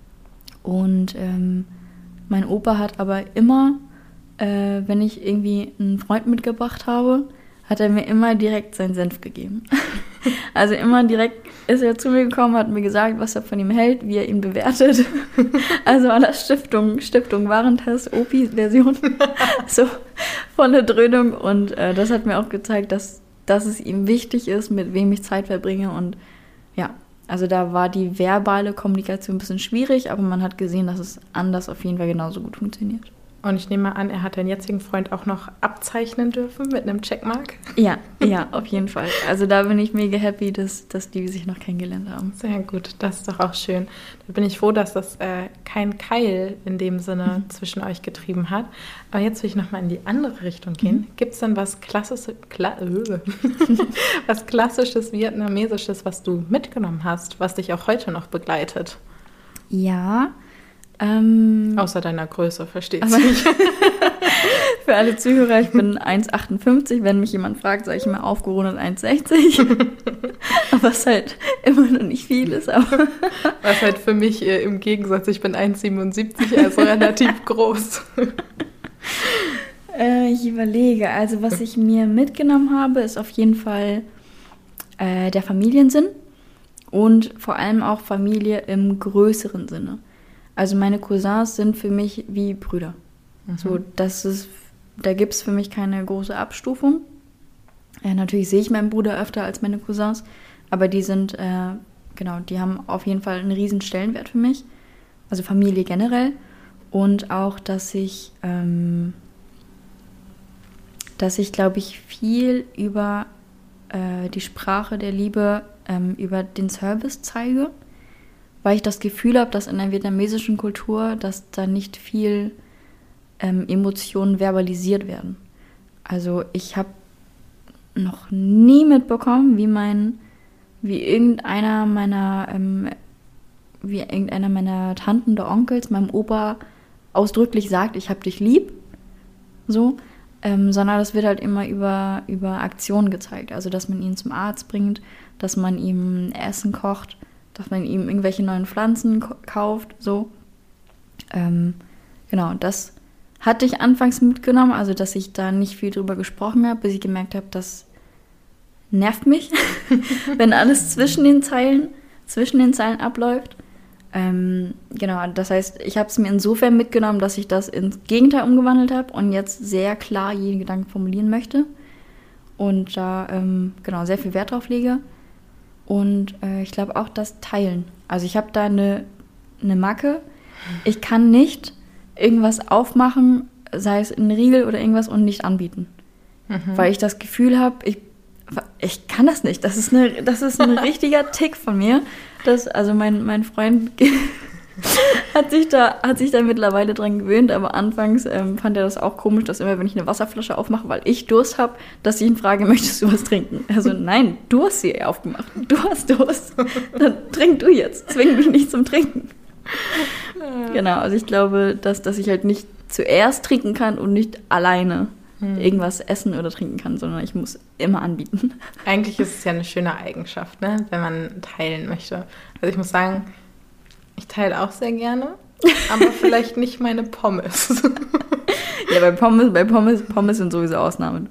Und ähm, mein Opa hat aber immer, äh, wenn ich irgendwie einen Freund mitgebracht habe, hat er mir immer direkt seinen Senf gegeben. Also immer direkt ist er zu mir gekommen, hat mir gesagt, was er von ihm hält, wie er ihn bewertet. Also an der Stiftung, Stiftung Warentest, O P I-Version. So volle Dröhnung. Und äh, das hat mir auch gezeigt, dass, dass es ihm wichtig ist, mit wem ich Zeit verbringe. Und ja, also da war die verbale Kommunikation ein bisschen schwierig, aber man hat gesehen, dass es anders auf jeden Fall genauso gut funktioniert. Und ich nehme mal an, er hat deinen jetzigen Freund auch noch abzeichnen dürfen mit einem Checkmark? Ja, ja, auf jeden Fall. Also da bin ich mega happy, dass, dass die sich noch kennengelernt haben. Sehr gut, das ist doch auch schön. Da bin ich froh, dass das äh, kein Keil in dem Sinne mhm. zwischen euch getrieben hat. Aber jetzt will ich nochmal in die andere Richtung gehen. Mhm. Gibt es denn was Klassisches, Kla- was Klassisches Vietnamesisches, was du mitgenommen hast, was dich auch heute noch begleitet? Ja, Ähm, Außer deiner Größe, versteht sich. Für alle Zuhörer, ich bin eins Komma achtundfünfzig. Wenn mich jemand fragt, sage ich immer aufgerundet eins Komma sechzig. Was halt immer noch nicht viel ist. Aber was halt für mich äh, im Gegensatz, ich bin eins Komma siebenundsiebzig, also relativ groß. äh, ich überlege, also was ich mir mitgenommen habe, ist auf jeden Fall äh, der Familiensinn und vor allem auch Familie im größeren Sinne. Also meine Cousins sind für mich wie Brüder. Mhm. So, das ist, da gibt es für mich keine große Abstufung. Äh, natürlich sehe ich meinen Bruder öfter als meine Cousins, aber die sind, äh, genau, die haben auf jeden Fall einen riesen Stellenwert für mich. Also Familie generell. Und auch, dass ich, ähm, dass ich, glaube ich, viel über äh, die Sprache der Liebe, ähm, über den Service zeige. Weil ich das Gefühl habe, dass in der vietnamesischen Kultur, dass da nicht viel ähm, Emotionen verbalisiert werden. Also ich habe noch nie mitbekommen, wie mein, wie irgendeiner meiner, ähm, wie irgendeiner meiner Tanten oder Onkels meinem Opa ausdrücklich sagt, ich hab dich lieb, so, ähm, sondern das wird halt immer über, über Aktionen gezeigt. Also dass man ihn zum Arzt bringt, dass man ihm Essen kocht, dass man ihm irgendwelche neuen Pflanzen k- kauft, so. Ähm, genau, das hatte ich anfangs mitgenommen, also dass ich da nicht viel drüber gesprochen habe, bis ich gemerkt habe, das nervt mich, wenn alles zwischen den Zeilen, zwischen den Zeilen abläuft. Ähm, genau, das heißt, ich habe es mir insofern mitgenommen, dass ich das ins Gegenteil umgewandelt habe und jetzt sehr klar jeden Gedanken formulieren möchte und da ähm, genau sehr viel Wert drauf lege. Und äh, ich glaube auch das Teilen. Also ich habe da eine, eine Macke. Ich kann nicht irgendwas aufmachen, sei es ein Riegel oder irgendwas, und nicht anbieten. Mhm. Weil ich das Gefühl habe, ich, ich kann das nicht. Das ist, eine, das ist ein richtiger Tick von mir. Das, also mein, mein Freund hat sich da, hat sich da mittlerweile dran gewöhnt, aber anfangs ähm, fand er das auch komisch, dass immer, wenn ich eine Wasserflasche aufmache, weil ich Durst habe, dass ich ihn frage, möchtest du was trinken? Also nein, du hast sie aufgemacht. Du hast Durst. Dann trink du jetzt. Zwing mich nicht zum Trinken. Ja. Genau, also ich glaube, dass, dass ich halt nicht zuerst trinken kann und nicht alleine hm. irgendwas essen oder trinken kann, sondern ich muss immer anbieten. Eigentlich ist es ja eine schöne Eigenschaft, ne, wenn man teilen möchte. Also ich muss sagen, ich teile auch sehr gerne, aber vielleicht nicht meine Pommes. Ja, bei Pommes, bei Pommes, Pommes sind sowieso Ausnahmen.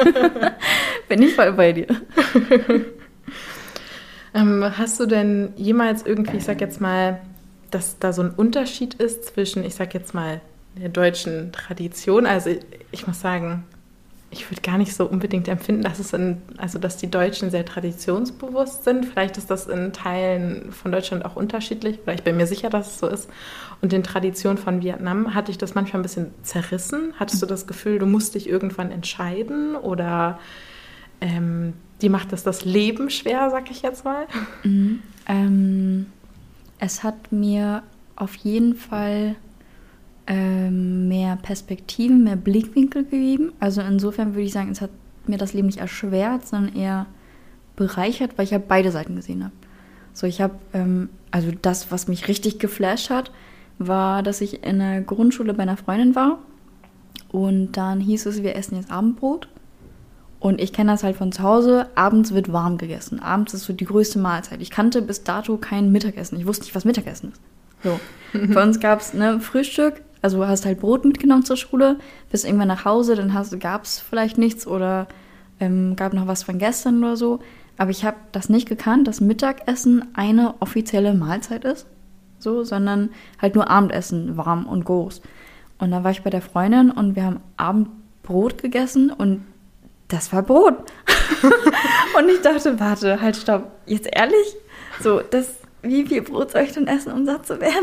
Bin ich voll bei dir. Ähm, hast du denn jemals irgendwie, ich sag jetzt mal, dass da so ein Unterschied ist zwischen, ich sag jetzt mal, der deutschen Tradition? Also ich, ich muss sagen, ich würde gar nicht so unbedingt empfinden, dass es in, also dass die Deutschen sehr traditionsbewusst sind. Vielleicht ist das in Teilen von Deutschland auch unterschiedlich, weil ich bin mir sicher, dass es so ist. Und in Tradition von Vietnam hatte ich das manchmal ein bisschen zerrissen. Hattest du das Gefühl, du musst dich irgendwann entscheiden oder ähm, die macht das das Leben schwer, sag ich jetzt mal? Mhm. Ähm, es hat mir auf jeden Fall mehr Perspektiven, mehr Blickwinkel gegeben. Also insofern würde ich sagen, es hat mir das Leben nicht erschwert, sondern eher bereichert, weil ich halt beide Seiten gesehen habe. So, ich habe, ähm, also das, was mich richtig geflasht hat, war, dass ich in der Grundschule bei einer Freundin war und dann hieß es, wir essen jetzt Abendbrot. Und ich kenne das halt von zu Hause, abends wird warm gegessen. Abends ist so die größte Mahlzeit. Ich kannte bis dato kein Mittagessen. Ich wusste nicht, was Mittagessen ist. So. Bei uns gab es ne, Frühstück, also du hast halt Brot mitgenommen zur Schule, bist irgendwann nach Hause, dann gab es vielleicht nichts oder ähm, gab noch was von gestern oder so. Aber ich habe das nicht gekannt, dass Mittagessen eine offizielle Mahlzeit ist, so, sondern halt nur Abendessen, warm und groß. Und dann war ich bei der Freundin und wir haben Abendbrot gegessen und das war Brot. Und ich dachte, warte, halt, stopp, jetzt ehrlich? So, das, wie viel Brot soll ich denn essen, um satt zu werden?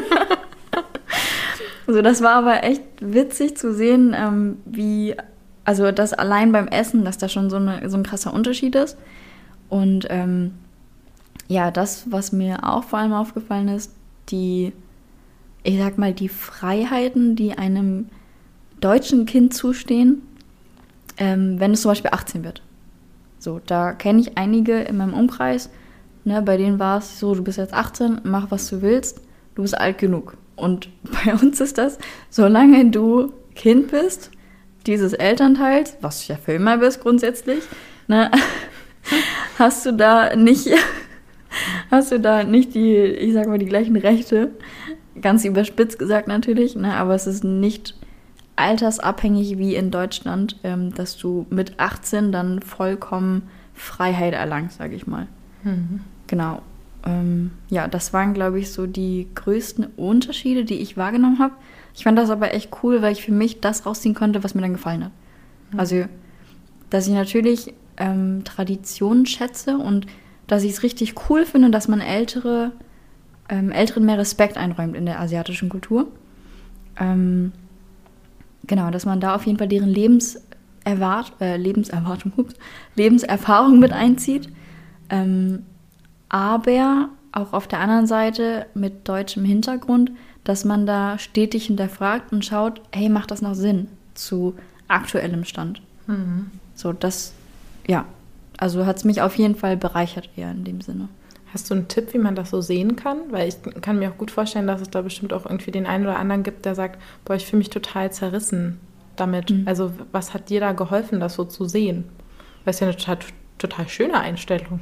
So, das war aber echt witzig zu sehen, ähm, wie, also das allein beim Essen, dass da schon so, eine, so ein krasser Unterschied ist. Und ähm, ja, das, was mir auch vor allem aufgefallen ist, die, ich sag mal, die Freiheiten, die einem deutschen Kind zustehen, ähm, wenn es zum Beispiel achtzehn wird. So, da kenne ich einige in meinem Umkreis, ne, bei denen war es so, du bist jetzt achtzehn, mach was du willst. du bist alt genug. Und bei uns ist das, solange du Kind bist, dieses Elternteils, was du ja für immer bist grundsätzlich, ne, hast du da nicht, hast du da nicht die, ich sag mal, die gleichen Rechte, ganz überspitzt gesagt natürlich, ne, aber es ist nicht altersabhängig wie in Deutschland, ähm, dass du mit achtzehn dann vollkommen Freiheit erlangst, sage ich mal. Mhm. Genau. Ähm, ja, das waren, glaube ich, so die größten Unterschiede, die ich wahrgenommen habe. Ich fand das aber echt cool, weil ich für mich das rausziehen konnte, was mir dann gefallen hat. Mhm. Also, dass ich natürlich ähm, Traditionen schätze und dass ich es richtig cool finde, dass man ältere, ähm, Älteren mehr Respekt einräumt in der asiatischen Kultur. Ähm, genau, dass man da auf jeden Fall deren Lebenserwart- äh, Lebenserwartung, ups, Lebenserfahrung mit einzieht. Ähm, aber auch auf der anderen Seite mit deutschem Hintergrund, dass man da stetig hinterfragt und schaut, hey, macht das noch Sinn zu aktuellem Stand? Mhm. So, das, ja, also hat es mich auf jeden Fall bereichert eher in dem Sinne. Hast du einen Tipp, wie man das so sehen kann? Weil ich kann mir auch gut vorstellen, dass es da bestimmt auch irgendwie den einen oder anderen gibt, der sagt, boah, ich fühle mich total zerrissen damit. Mhm. Also was hat dir da geholfen, das so zu sehen? Weil es ja eine total, total schöne Einstellung.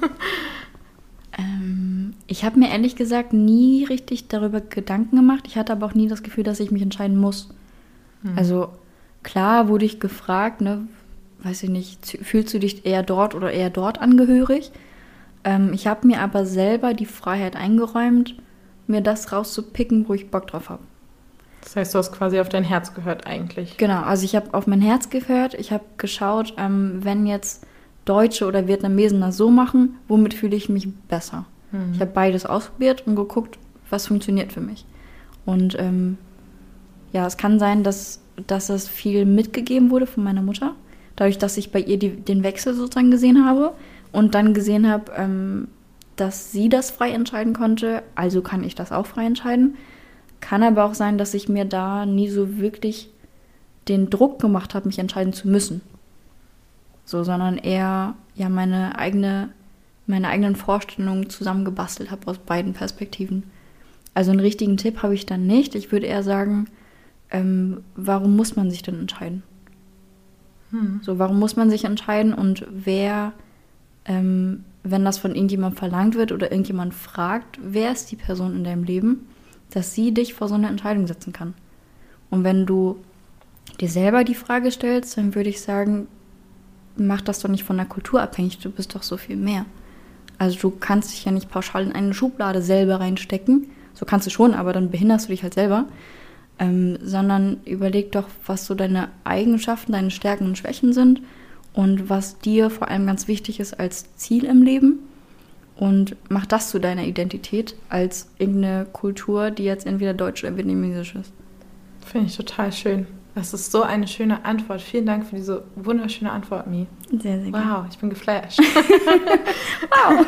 ähm, ich habe mir ehrlich gesagt nie richtig darüber Gedanken gemacht. Ich hatte aber auch nie das Gefühl, dass ich mich entscheiden muss. Mhm. Also klar wurde ich gefragt, ne, weiß ich nicht, fühlst du dich eher dort oder eher dort angehörig? Ähm, ich habe mir aber selber die Freiheit eingeräumt, mir das rauszupicken, wo ich Bock drauf habe. Das heißt, du hast quasi auf dein Herz gehört eigentlich. Genau, also ich habe auf mein Herz gehört. Ich habe geschaut, ähm, wenn jetzt Deutsche oder Vietnamesen das so machen, womit fühle ich mich besser? Mhm. Ich habe beides ausprobiert und geguckt, was funktioniert für mich. Und ähm, ja, es kann sein, dass, dass es viel mitgegeben wurde von meiner Mutter. Dadurch, dass ich bei ihr die, den Wechsel sozusagen gesehen habe und dann gesehen habe, ähm, dass sie das frei entscheiden konnte, also kann ich das auch frei entscheiden. Kann aber auch sein, dass ich mir da nie so wirklich den Druck gemacht habe, mich entscheiden zu müssen. So, sondern eher ja meine eigene, meine eigenen Vorstellungen zusammengebastelt habe aus beiden Perspektiven. Also einen richtigen Tipp habe ich dann nicht. Ich würde eher sagen, ähm, warum muss man sich denn entscheiden? Hm. So, warum muss man sich entscheiden und wer, ähm, wenn das von irgendjemandem verlangt wird oder irgendjemand fragt, wer ist die Person in deinem Leben, dass sie dich vor so eine Entscheidung setzen kann. Und wenn du dir selber die Frage stellst, dann würde ich sagen, mach das doch nicht von der Kultur abhängig, du bist doch so viel mehr. Also du kannst dich ja nicht pauschal in eine Schublade selber reinstecken, so kannst du schon, aber dann behinderst du dich halt selber, ähm, sondern überleg doch, was so deine Eigenschaften, deine Stärken und Schwächen sind und was dir vor allem ganz wichtig ist als Ziel im Leben. Und mach das zu deiner Identität als irgendeine Kultur, die jetzt entweder deutsch oder vietnamesisch ist. Finde ich total schön. Das ist so eine schöne Antwort. Vielen Dank für diese wunderschöne Antwort, Mi. Sehr, sehr gerne. Wow, ich bin geflasht. Wow.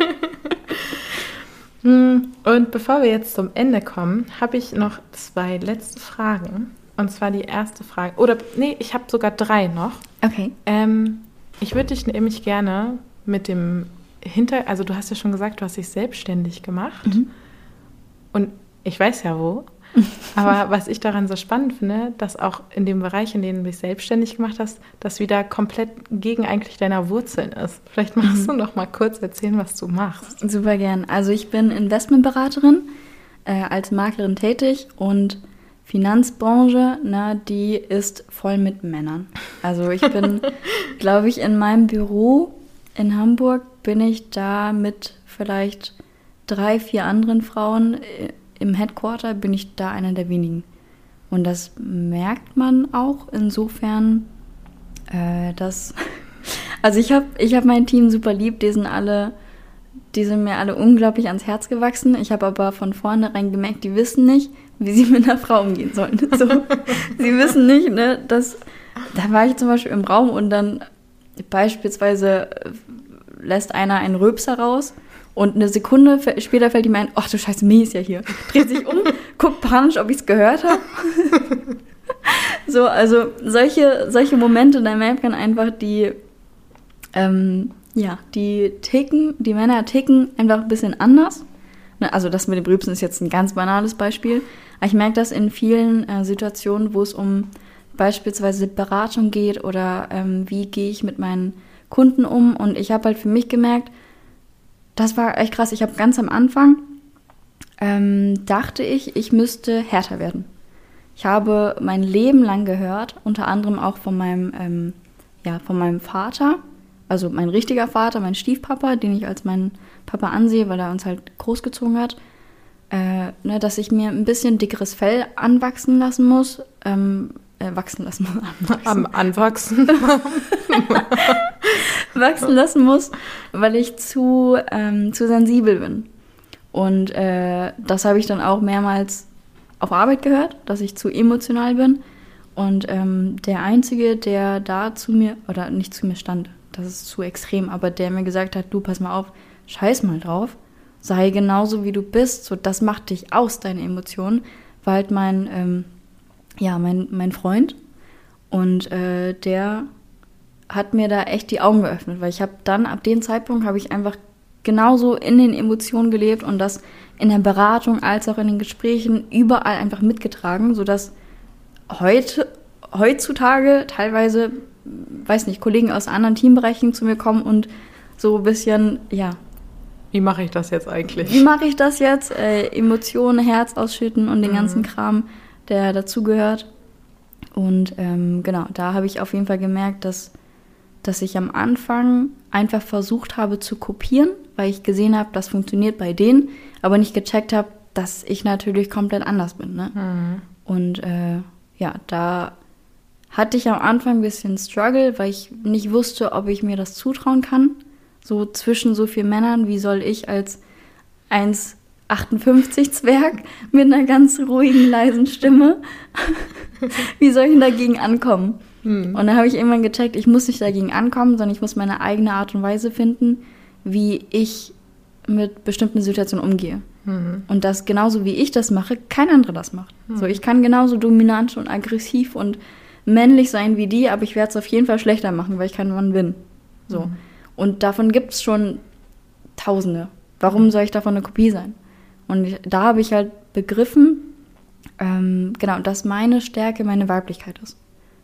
Und bevor wir jetzt zum Ende kommen, habe ich noch zwei letzte Fragen. Und zwar die erste Frage, oder nee, ich habe sogar drei noch. Okay. Ähm, ich würde dich nämlich gerne mit dem Hinter, also du hast ja schon gesagt, du hast dich selbstständig gemacht. Mhm. Und ich weiß ja wo. Aber was ich daran so spannend finde, dass auch in dem Bereich, in dem du dich selbstständig gemacht hast, das wieder komplett gegen eigentlich deiner Wurzeln ist. Vielleicht magst mhm. du noch mal kurz erzählen, was du machst. Super gern. Also ich bin Investmentberaterin, äh, als Maklerin tätig und Finanzbranche, na, die ist voll mit Männern. Also ich bin, glaube ich, in meinem Büro in Hamburg bin ich da mit vielleicht drei, vier anderen Frauen. Im Headquarter bin ich da einer der wenigen. Und das merkt man auch insofern, äh, dass... Also ich habe ich hab mein Team super lieb, die sind alle, die sind mir alle unglaublich ans Herz gewachsen. Ich habe aber von vornherein gemerkt, die wissen nicht, wie sie mit einer Frau umgehen sollen. So, sie wissen nicht, ne, dass... Da war ich zum Beispiel im Raum und dann beispielsweise lässt einer einen Rülpser raus und eine Sekunde später fällt ihm ein, ach du Scheiße, Mi ist ja hier. Dreht sich um, guckt panisch, ob ich es gehört habe. So, also solche, solche Momente, da merkt man einfach, die, ähm, ja, die ticken, die Männer ticken einfach ein bisschen anders. Ne, also das mit dem Rülpsen ist jetzt ein ganz banales Beispiel. Aber ich merke das in vielen äh, Situationen, wo es um beispielsweise Beratung geht oder ähm, wie gehe ich mit meinen Kunden um. Und ich habe halt für mich gemerkt, das war echt krass. Ich habe ganz am Anfang, ähm, dachte ich, ich müsste härter werden. Ich habe mein Leben lang gehört, unter anderem auch von meinem, ähm, ja, von meinem Vater, also mein richtiger Vater, mein Stiefpapa, den ich als meinen Papa ansehe, weil er uns halt großgezogen hat, äh, ne, dass ich mir ein bisschen dickeres Fell anwachsen lassen muss, ähm, äh, wachsen lassen muss, anwachsen. Am Anwachsen. wachsen lassen muss, weil ich zu, ähm, zu sensibel bin. Und äh, das habe ich dann auch mehrmals auf Arbeit gehört, dass ich zu emotional bin. Und ähm, der Einzige, der da zu mir, oder nicht zu mir stand, das ist zu extrem, aber der mir gesagt hat, du, pass mal auf, scheiß mal drauf, sei genauso wie du bist, so das macht dich aus, deine Emotionen, war halt mein, ähm, ja, mein, mein Freund. Und äh, der hat mir da echt die Augen geöffnet, weil ich habe dann, ab dem Zeitpunkt habe ich einfach genauso in den Emotionen gelebt und das in der Beratung als auch in den Gesprächen überall einfach mitgetragen, sodass heute, heutzutage teilweise, weiß nicht, Kollegen aus anderen Teambereichen zu mir kommen und so ein bisschen, ja. Wie mache ich das jetzt eigentlich? Wie mache ich das jetzt? Äh, Emotionen, Herz ausschütten und den mhm. ganzen Kram, der dazugehört. Und ähm, genau, da habe ich auf jeden Fall gemerkt, dass, dass ich am Anfang einfach versucht habe zu kopieren, weil ich gesehen habe, das funktioniert bei denen, aber nicht gecheckt habe, dass ich natürlich komplett anders bin. Ne? Mhm. Und äh, ja, da hatte ich am Anfang ein bisschen Struggle, weil ich nicht wusste, ob ich mir das zutrauen kann. So zwischen so vielen Männern, wie soll ich als eins Komma achtundfünfzig Zwerg mit einer ganz ruhigen, leisen Stimme, wie soll ich denn dagegen ankommen? Hm. Und dann habe ich irgendwann gecheckt, ich muss nicht dagegen ankommen, sondern ich muss meine eigene Art und Weise finden, wie ich mit bestimmten Situationen umgehe. Hm. Und das genauso wie ich das mache, kein anderer das macht. Hm. So, ich kann genauso dominant und aggressiv und männlich sein wie die, aber ich werde es auf jeden Fall schlechter machen, weil ich kein Mann bin. So. Hm. Und davon gibt es schon Tausende. Warum soll ich davon eine Kopie sein? Und ich, da habe ich halt begriffen, ähm, genau, dass meine Stärke meine Weiblichkeit ist.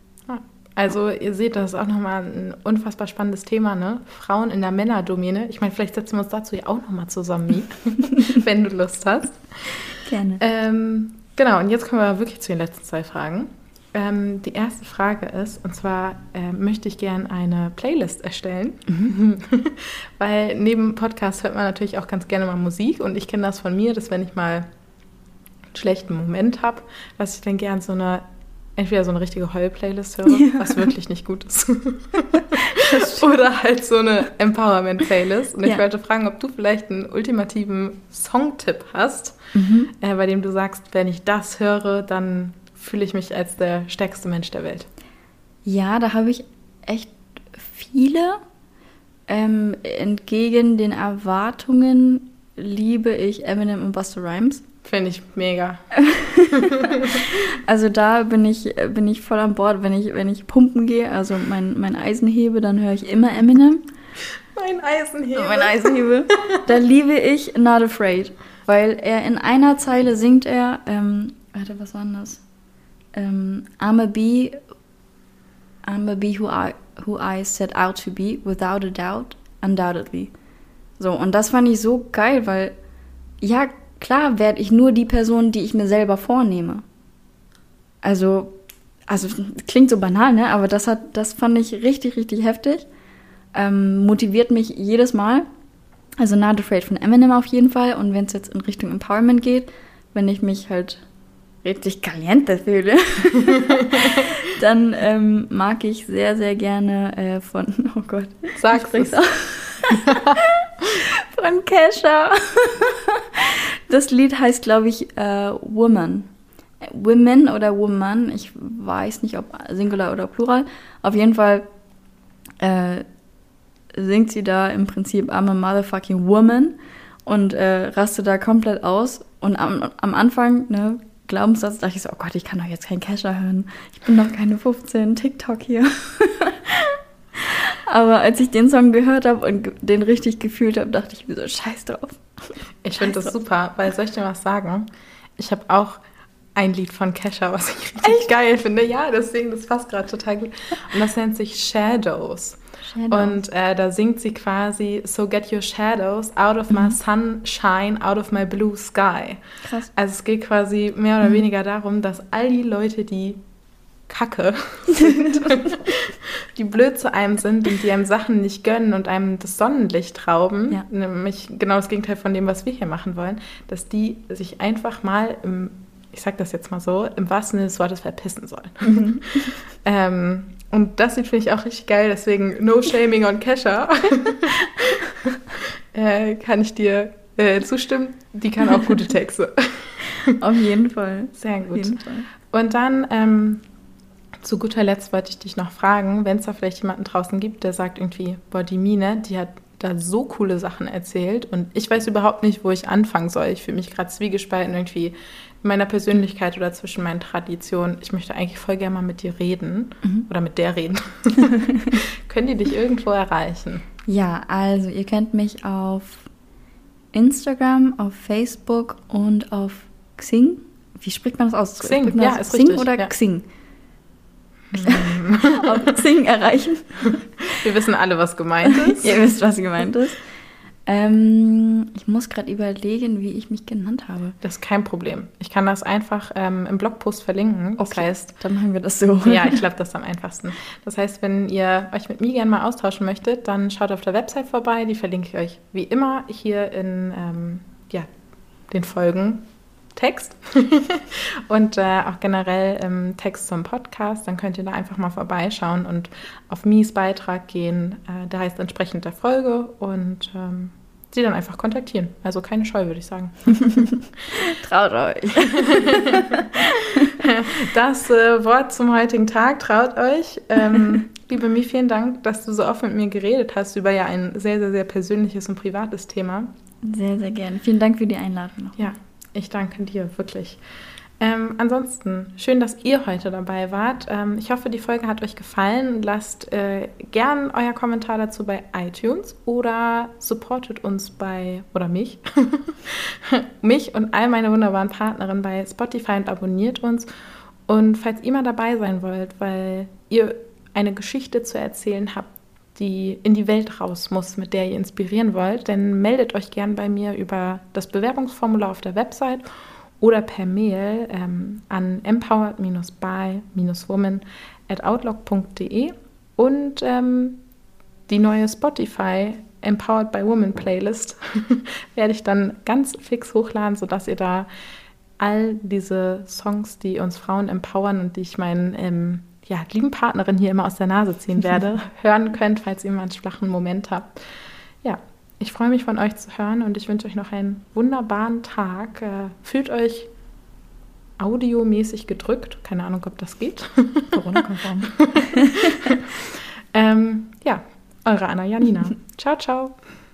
Also ihr seht, das ist auch nochmal ein unfassbar spannendes Thema, ne? Frauen in der Männerdomäne. Ich meine, vielleicht setzen wir uns dazu ja auch nochmal zusammen, wenn du Lust hast. Gerne. Ähm, genau, und jetzt kommen wir wirklich zu den letzten zwei Fragen. Ähm, die erste Frage ist, und zwar äh, möchte ich gerne eine Playlist erstellen, mhm. weil neben Podcast hört man natürlich auch ganz gerne mal Musik und ich kenne das von mir, dass wenn ich mal einen schlechten Moment habe, dass ich dann gern so eine, entweder so eine richtige Heul-Playlist höre, ja. was wirklich nicht gut ist, oder halt so eine Empowerment-Playlist und ja. ich wollte fragen, ob du vielleicht einen ultimativen Songtipp hast, mhm. äh, bei dem du sagst, wenn ich das höre, dann fühle ich mich als der stärkste Mensch der Welt. Ja, da habe ich echt viele. Ähm, entgegen den Erwartungen liebe ich Eminem und Busta Rhymes. Finde ich mega. Also da bin ich, bin ich voll an Bord, wenn ich, wenn ich pumpen gehe, also mein, mein Eisen hebe, dann höre ich immer Eminem. Mein Eisenhebel. Mein Eisenhebel. Da liebe ich Not Afraid, weil er in einer Zeile singt er, ähm, warte, was war denn das? Um, I'm a bee, I'm a bee who I, who I set out to be, without a doubt, undoubtedly. So, und das fand ich so geil, weil, ja, klar werde ich nur die Person, die ich mir selber vornehme. Also, also klingt so banal, ne? Aber das hat, das fand ich richtig, richtig heftig. Ähm, motiviert mich jedes Mal. Also Not Afraid von Eminem auf jeden Fall. Und wenn es jetzt in Richtung Empowerment geht, wenn ich mich halt richtig caliente fühle, dann ähm, mag ich sehr, sehr gerne äh, von, oh Gott, sag's es. Von Kesha. Das Lied heißt, glaube ich, äh, Woman. Women oder Woman, ich weiß nicht, ob Singular oder Plural. Auf jeden Fall äh, singt sie da im Prinzip I'm a motherfucking woman und äh, rastet da komplett aus. Und am, am Anfang, ne, Glaubenssatz, dachte ich so, oh Gott, ich kann doch jetzt keinen Kesha hören. Ich bin doch keine fünfzehn, TikTok hier. Aber als ich den Song gehört habe und den richtig gefühlt habe, dachte ich mir so, scheiß drauf. Ich finde das super, weil soll ich dir was sagen? Ich habe auch ein Lied von Kesha, was ich richtig Echt? geil finde. Ja, deswegen, das passt gerade total gut. Und das nennt sich Shadows. Shadows. Und äh, da singt sie quasi, so get your shadows out of mhm. my sunshine, out of my blue sky. Krass. Also es geht quasi mehr oder mhm. weniger darum, dass all die Leute, die Kacke sind, die blöd zu einem sind und die einem Sachen nicht gönnen und einem das Sonnenlicht rauben, ja. nämlich genau das Gegenteil von dem, was wir hier machen wollen, dass die sich einfach mal im, ich sag das jetzt mal so, im wahrsten Sinne des Wortes verpissen sollen. Mhm. ähm, und das Lied finde ich auch richtig geil, deswegen no shaming on Kesha. äh, kann ich dir äh, zustimmen, die kann auch gute Texte. Auf jeden Fall. Sehr gut. Auf jeden Fall. Und dann ähm, zu guter Letzt wollte ich dich noch fragen, wenn es da vielleicht jemanden draußen gibt, der sagt irgendwie, boah, die Mine, die hat da so coole Sachen erzählt und ich weiß überhaupt nicht, wo ich anfangen soll. Ich fühle mich gerade zwiegespalten irgendwie in meiner Persönlichkeit oder zwischen meinen Traditionen. Ich möchte eigentlich voll gerne mal mit dir reden mhm. oder mit der reden. Können die dich irgendwo erreichen? Ja, also ihr könnt mich auf Instagram, auf Facebook und auf Xing. Wie spricht man das aus? Xing, man ja, das ist Xing richtig. oder ja. Xing? Auf Xing erreichen. Wir wissen alle, was gemeint ist. Ihr wisst, was gemeint ist. Ähm, ich muss gerade überlegen, wie ich mich genannt habe. Das ist kein Problem. Ich kann das einfach ähm, im Blogpost verlinken. Das okay, heißt, dann machen wir das so. Ja, ich glaube, das ist am einfachsten. Das heißt, wenn ihr euch mit mir gerne mal austauschen möchtet, dann schaut auf der Website vorbei. Die verlinke ich euch wie immer hier in ähm, ja, den Folgen. Text und äh, auch generell im Text zum Podcast, dann könnt ihr da einfach mal vorbeischauen und auf Mies Beitrag gehen, äh, der heißt entsprechend der Folge und ähm, sie dann einfach kontaktieren. Also keine Scheu, würde ich sagen. Traut euch. Das äh, Wort zum heutigen Tag, traut euch. Ähm, liebe Mi, vielen Dank, dass du so offen mit mir geredet hast über ja ein sehr, sehr, sehr persönliches und privates Thema. Sehr, sehr gerne. Vielen Dank für die Einladung. Ja. Ich danke dir, wirklich. Ähm, ansonsten, schön, dass ihr heute dabei wart. Ähm, ich hoffe, die Folge hat euch gefallen. Lasst äh, gern euer Kommentar dazu bei iTunes oder supportet uns bei, oder mich, mich und all meine wunderbaren Partnerinnen bei Spotify und abonniert uns. Und falls ihr mal dabei sein wollt, weil ihr eine Geschichte zu erzählen habt, die in die Welt raus muss, mit der ihr inspirieren wollt, dann meldet euch gern bei mir über das Bewerbungsformular auf der Website oder per Mail ähm, an empowered by woman at outlook punkt de und ähm, die neue Spotify Empowered by Women Playlist werde ich dann ganz fix hochladen, sodass ihr da all diese Songs, die uns Frauen empowern und die ich meinen ähm, ja, lieben Partnerin hier immer aus der Nase ziehen werde, hören könnt, falls ihr mal einen schwachen Moment habt. Ja, ich freue mich von euch zu hören und ich wünsche euch noch einen wunderbaren Tag. Äh, fühlt euch audiomäßig gedrückt. Keine Ahnung, ob das geht. Corona-konform. ähm, ja, eure Anna Janina. Ciao, ciao.